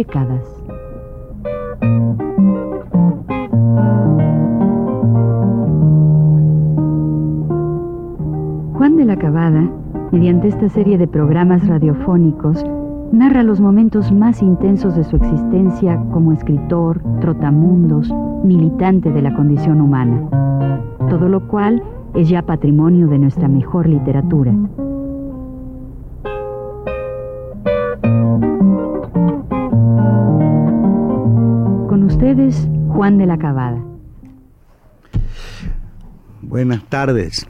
décadas. Juan de la Cabada, mediante esta serie de programas radiofónicos, narra los momentos más intensos de su existencia como escritor, trotamundos, militante de la condición humana. Todo lo cual es ya patrimonio de nuestra mejor literatura. Con ustedes, Juan de la Cabada. Buenas tardes.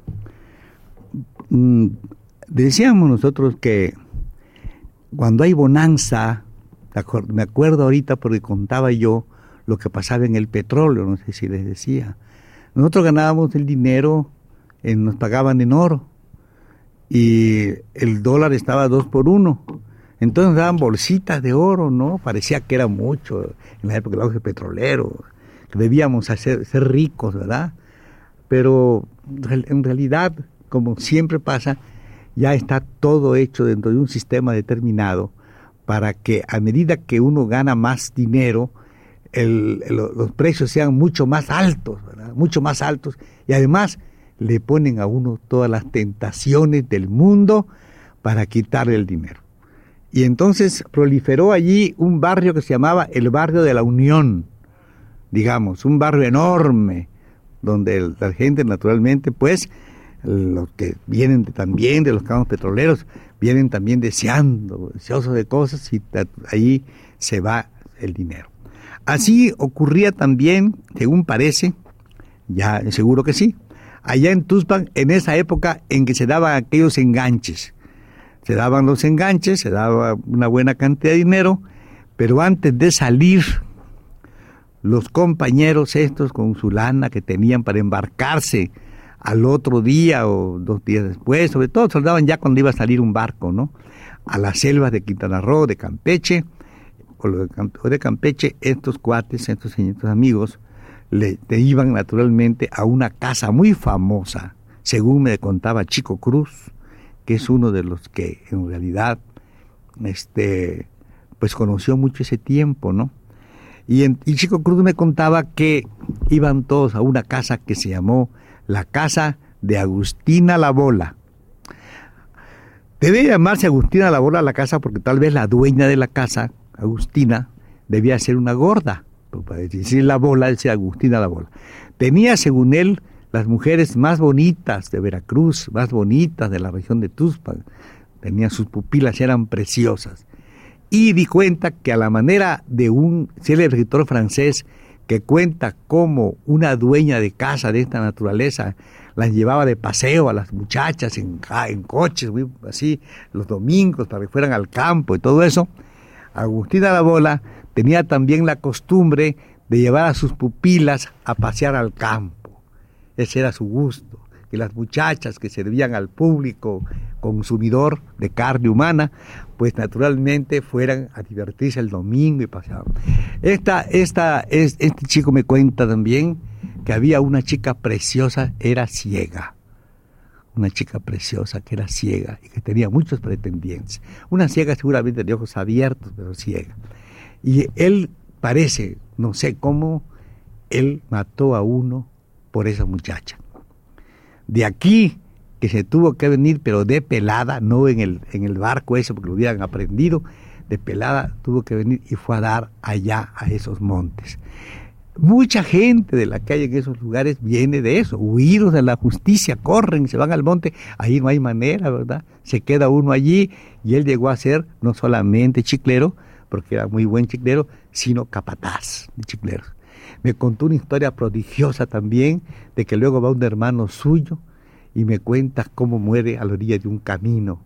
Decíamos nosotros que cuando hay bonanza, me acuerdo ahorita porque contaba yo lo que pasaba en el petróleo, no sé si les decía. Nosotros ganábamos el dinero, nos pagaban en oro y el dólar estaba a 2 por 1. Entonces nos daban bolsitas de oro, ¿no? Parecía que era mucho en la época del auge petrolero, que debíamos ser ricos, ¿verdad? Pero en realidad, como siempre pasa, ya está todo hecho dentro de un sistema determinado para que a medida que uno gana más dinero, los precios sean mucho más altos, ¿verdad? Mucho más altos, y además le ponen a uno todas las tentaciones del mundo para quitarle el dinero. Y entonces proliferó allí un barrio que se llamaba el barrio de la Unión, digamos, un barrio enorme, donde la gente naturalmente, pues, los que vienen también de los campos petroleros, vienen también deseosos de cosas, y ahí se va el dinero. Así ocurría también, según parece, ya seguro que sí, allá en Tuxpan, en esa época en que se daban aquellos enganches. Se daban los enganches, se daba una buena cantidad de dinero, pero antes de salir, los compañeros estos con su lana que tenían para embarcarse al otro día o 2 días después, sobre todo se lo daban ya cuando iba a salir un barco, ¿no? A las selvas de Quintana Roo, de Campeche, o de Campeche, estos cuates, estos amigos, te iban naturalmente a una casa muy famosa, según me contaba Chico Cruz, que es uno de los que en realidad pues conoció mucho ese tiempo, ¿no? Y Chico Cruz me contaba que iban todos a una casa que se llamó la casa de Agustina La Bola. Debe llamarse Agustina La Bola la casa porque tal vez la dueña de la casa, Agustina, debía ser una gorda. Para decir La Bola, decía Agustina La Bola. Tenía, según él, las mujeres más bonitas de Veracruz, más bonitas de la región de Tuxpan. Tenía sus pupilas, eran preciosas. Y di cuenta que a la manera de un célebre escritor francés que cuenta cómo una dueña de casa de esta naturaleza las llevaba de paseo a las muchachas en coches, así, los domingos para que fueran al campo y todo eso, Agustina La Bola tenía también la costumbre de llevar a sus pupilas a pasear al campo. Ese era su gusto, que las muchachas que servían al público consumidor de carne humana, pues naturalmente fueran a divertirse el domingo y paseaban. Este chico me cuenta también que había una chica preciosa, era ciega. Una chica preciosa que era ciega y que tenía muchos pretendientes. Una ciega seguramente de ojos abiertos, pero ciega. Y él parece, no sé cómo, él mató a uno por esa muchacha. De aquí que se tuvo que venir, pero de pelada, no en el barco ese, porque lo hubieran aprendido, de pelada tuvo que venir y fue a dar allá a esos montes. Mucha gente de la que hay en esos lugares viene de eso, huidos de la justicia, corren, se van al monte, ahí no hay manera, ¿verdad? Se queda uno allí y él llegó a ser no solamente chiclero, porque era muy buen chiclero, sino capataz de chicleros. Me contó una historia prodigiosa también, de que luego va un hermano suyo y me cuenta cómo muere a la orilla de un camino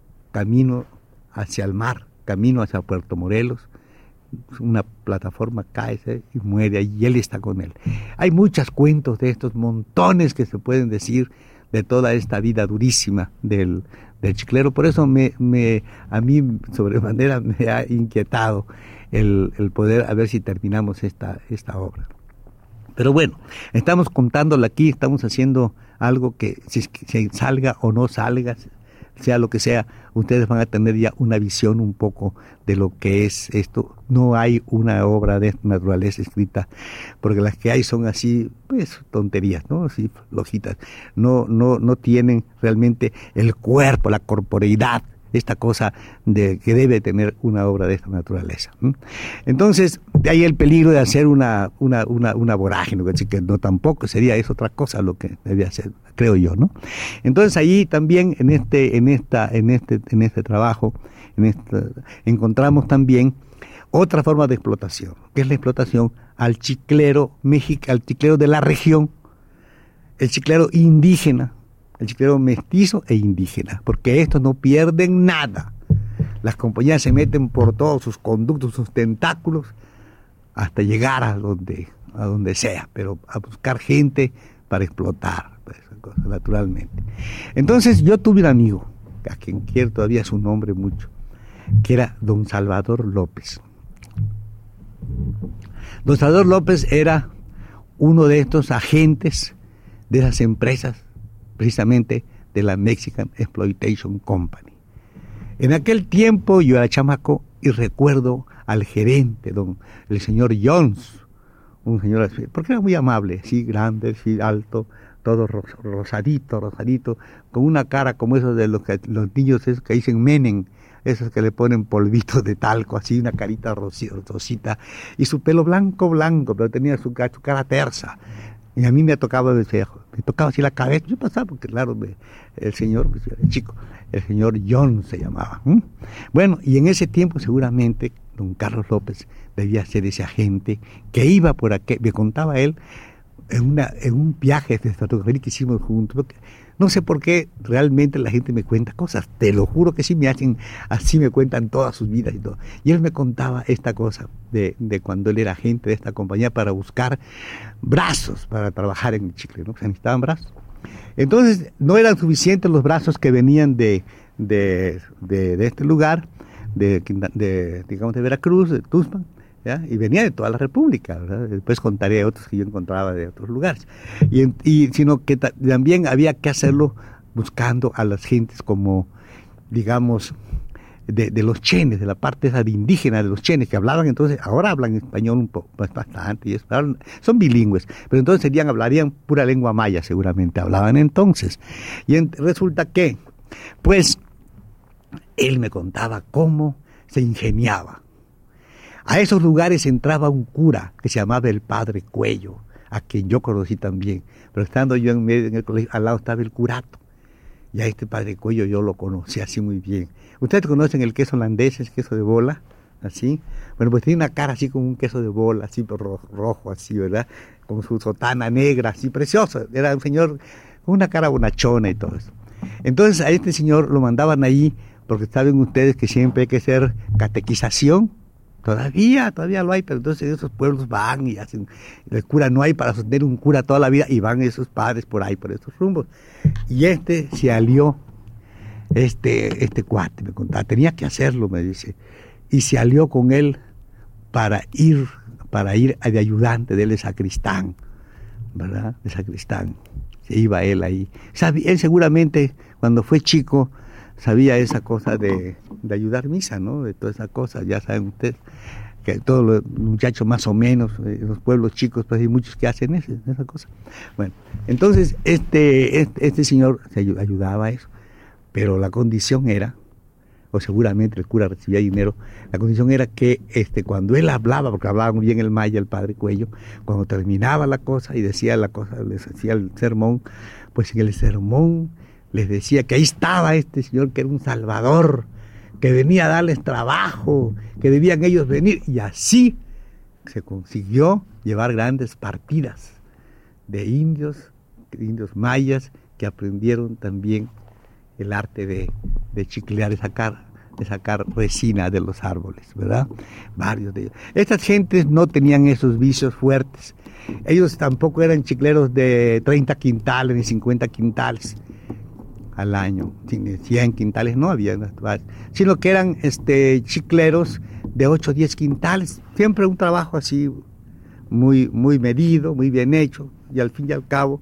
hacia el mar, camino hacia Puerto Morelos. Una plataforma cae y muere ahí y él está con él. Hay muchos cuentos de estos, montones que se pueden decir de toda esta vida durísima del chiclero. Por eso a mí sobremanera me ha inquietado el poder a ver si terminamos esta obra. Pero bueno, estamos contándola aquí, estamos haciendo algo que si salga o no salga, sea lo que sea, ustedes van a tener ya una visión un poco de lo que es esto. No hay una obra de esta naturaleza escrita, porque las que hay son así, pues, tonterías, ¿no? Así, flojitas. No tienen realmente el cuerpo, la corporeidad, esta cosa de que debe tener una obra de esta naturaleza. Entonces, de ahí el peligro de hacer una vorágine, que no tampoco sería, es otra cosa lo que debía hacer, creo yo, ¿no? Entonces ahí también en este trabajo, encontramos también otra forma de explotación, que es la explotación al chiclero de la región, el chiclero indígena, el chiclero mestizo e indígena, porque estos no pierden nada. Las compañías se meten por todos sus conductos, sus tentáculos, hasta llegar a donde sea, pero a buscar gente para explotar, pues, naturalmente. Entonces yo tuve un amigo, a quien quiero todavía su nombre mucho, que era don Salvador López. Don Salvador López era uno de estos agentes de esas empresas, precisamente de la Mexican Exploitation Company. En aquel tiempo yo era chamaco y recuerdo al gerente, el señor Jones, un señor así, porque era muy amable, así grande, así alto, todo rosadito, con una cara como esos de los niños esos que dicen Menem, esos que le ponen polvito de talco, así una carita rosita, y su pelo blanco, pero tenía su cara tersa. Y a mí me tocaba así la cabeza, yo pasaba, porque claro, el señor, pues, era chico, el señor John se llamaba. Bueno, y en ese tiempo seguramente don Carlos López debía ser ese agente que iba por aquí, me contaba él, en un viaje de fotografía que hicimos juntos, porque no sé por qué realmente la gente me cuenta cosas, te lo juro que sí me hacen, así me cuentan todas sus vidas y todo. Y él me contaba esta cosa de cuando él era agente de esta compañía para buscar brazos para trabajar en el chicle, ¿no? Se necesitaban brazos. Entonces no eran suficientes los brazos que venían de este lugar, digamos de Veracruz, de Tuxpan, ¿ya? Y venía de toda la República, ¿verdad? Después contaré otros que yo encontraba de otros lugares. Sino que también había que hacerlo buscando a las gentes como, digamos, de los chenes, de la parte esa de indígena de los chenes, que hablaban entonces, ahora hablan español un poco, bastante, y son bilingües, pero entonces hablarían pura lengua maya, seguramente, hablaban entonces. Y resulta que, pues, él me contaba cómo se ingeniaba. A esos lugares entraba un cura que se llamaba el Padre Cuello, a quien yo conocí también, pero estando yo en el colegio, al lado estaba el curato, y a este Padre Cuello yo lo conocí así muy bien. ¿Ustedes conocen el queso holandés, el queso de bola? Así. Bueno, pues tenía una cara así como un queso de bola, así rojo, así, ¿verdad? Con su sotana negra, así, precioso. Era un señor con una cara bonachona y todo eso. Entonces a este señor lo mandaban ahí, porque saben ustedes que siempre hay que hacer catequización. Todavía lo hay, pero entonces esos pueblos van y hacen, el cura no hay para sostener un cura toda la vida, y van esos padres por ahí, por esos rumbos. Y se alió, este cuate me contaba, tenía que hacerlo, me dice, y se alió con él para ir de ayudante de él, de sacristán, ¿verdad? De sacristán, se iba él ahí. Él seguramente, cuando fue chico, sabía esa cosa de ayudar misa, ¿no? De toda esa cosa, ya saben ustedes, que todos los muchachos más o menos, los pueblos chicos, pues hay muchos que hacen esa cosa. Bueno, entonces este señor se ayudaba a eso, pero la condición era, o seguramente el cura recibía dinero, la condición era que cuando él hablaba, porque hablaba muy bien el maya, el Padre Cuello, cuando terminaba la cosa y decía la cosa, les hacía el sermón, pues en el sermón les decía que ahí estaba este señor, que era un salvador, que venía a darles trabajo, que debían ellos venir, y así se consiguió llevar grandes partidas de indios mayas, que aprendieron también el arte de chiclear, de sacar resina de los árboles, ¿verdad? Varios de ellos. Estas gentes no tenían esos vicios fuertes. Ellos tampoco eran chicleros de 30 quintales ni 50 quintales al año, 100 quintales no había, sino que eran chicleros de 8 o 10 quintales, siempre un trabajo así muy medido, muy bien hecho, y al fin y al cabo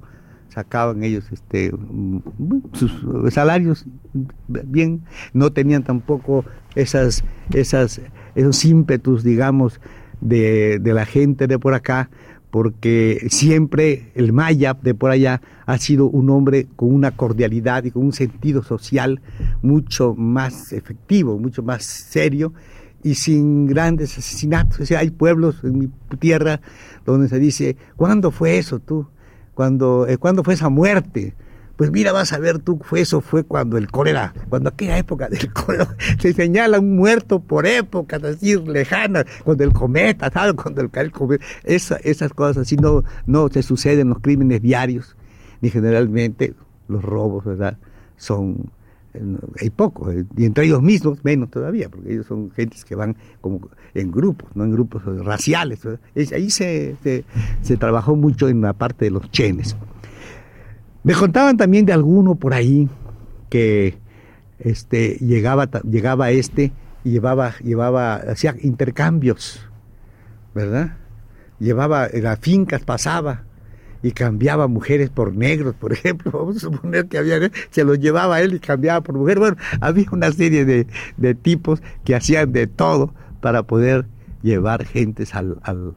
sacaban ellos sus salarios bien, no tenían tampoco esos ímpetus, digamos, de la gente de por acá, porque siempre el maya de por allá ha sido un hombre con una cordialidad y con un sentido social mucho más efectivo, mucho más serio, y sin grandes asesinatos. O sea, hay pueblos en mi tierra donde se dice, ¿cuándo fue eso tú? ¿Cuándo fue esa muerte? Pues mira, vas a ver tú, eso fue cuando el cólera, cuando aquella época del cólera, se señala un muerto por épocas así lejanas, cuando el cometa, ¿sabes? Cuando el cometa, esas cosas así no se suceden los crímenes diarios, ni generalmente los robos, ¿verdad? Hay pocos, y entre ellos mismos menos todavía, porque ellos son gentes que van como en grupos, no en grupos raciales. Ahí se trabajó mucho en la parte de los chenes. Me contaban también de alguno por ahí que llegaba y hacía intercambios, ¿verdad? Llevaba las fincas, pasaba y cambiaba mujeres por negros, por ejemplo. Vamos a suponer que se los llevaba a él y cambiaba por mujeres. Bueno, había una serie de tipos que hacían de todo para poder llevar gentes a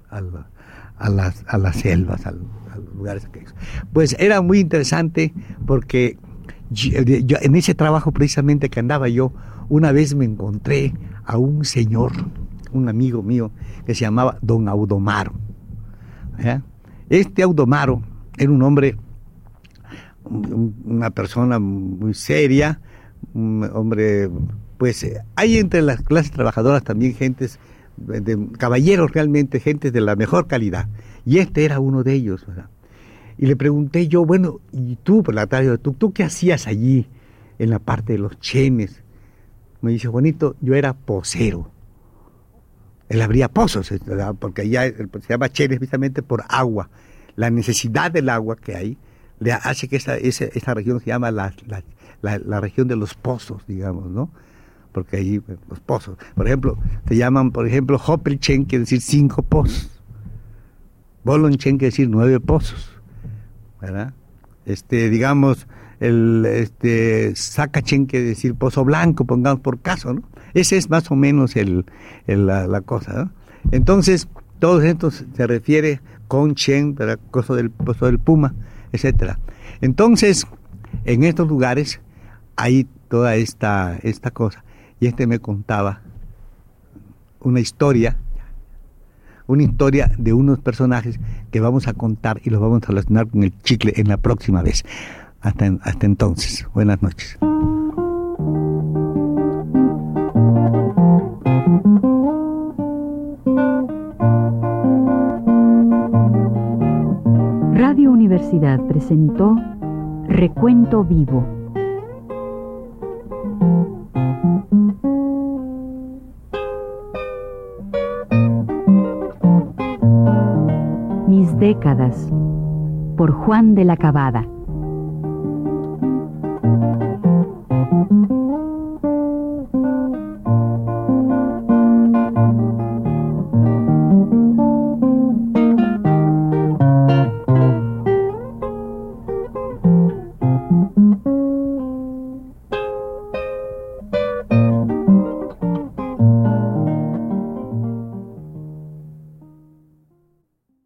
las selvas, a los lugares aquellos. Pues era muy interesante porque yo, en ese trabajo precisamente que andaba yo, una vez me encontré a un señor, un amigo mío, que se llamaba Don Audomaro. Este Audomaro era un hombre, una persona muy seria, un hombre, pues hay entre las clases trabajadoras también gentes de caballeros, realmente gentes de la mejor calidad, y este era uno de ellos, ¿verdad? Y le pregunté yo, bueno, y tú, por la tarde, ¿tú qué hacías allí en la parte de los chenes? Me dice, Juanito, yo era posero. Él abría pozos, ¿verdad? Porque allá se llama chenes precisamente por agua. La necesidad del agua que hay le hace que esta región se llama la región de los pozos, digamos, ¿no? Porque ahí los pozos, por ejemplo, se llaman, Hopelchen, quiere decir 5 pozos. Bolonchen quiere decir 9 pozos, ¿verdad? Digamos, Sacachen quiere decir pozo blanco, pongamos por caso, ¿no? Ese es más o menos la cosa, ¿no? Entonces, todo esto se refiere con Chen, ¿verdad? Pozo del Puma, etcétera. Entonces, en estos lugares hay toda esta cosa. Y me contaba una historia de unos personajes que vamos a contar y los vamos a relacionar con el chicle en la próxima vez. Hasta entonces, buenas noches. Radio Universidad presentó Recuento Vivo. Mis décadas, por Juan de la Cabada.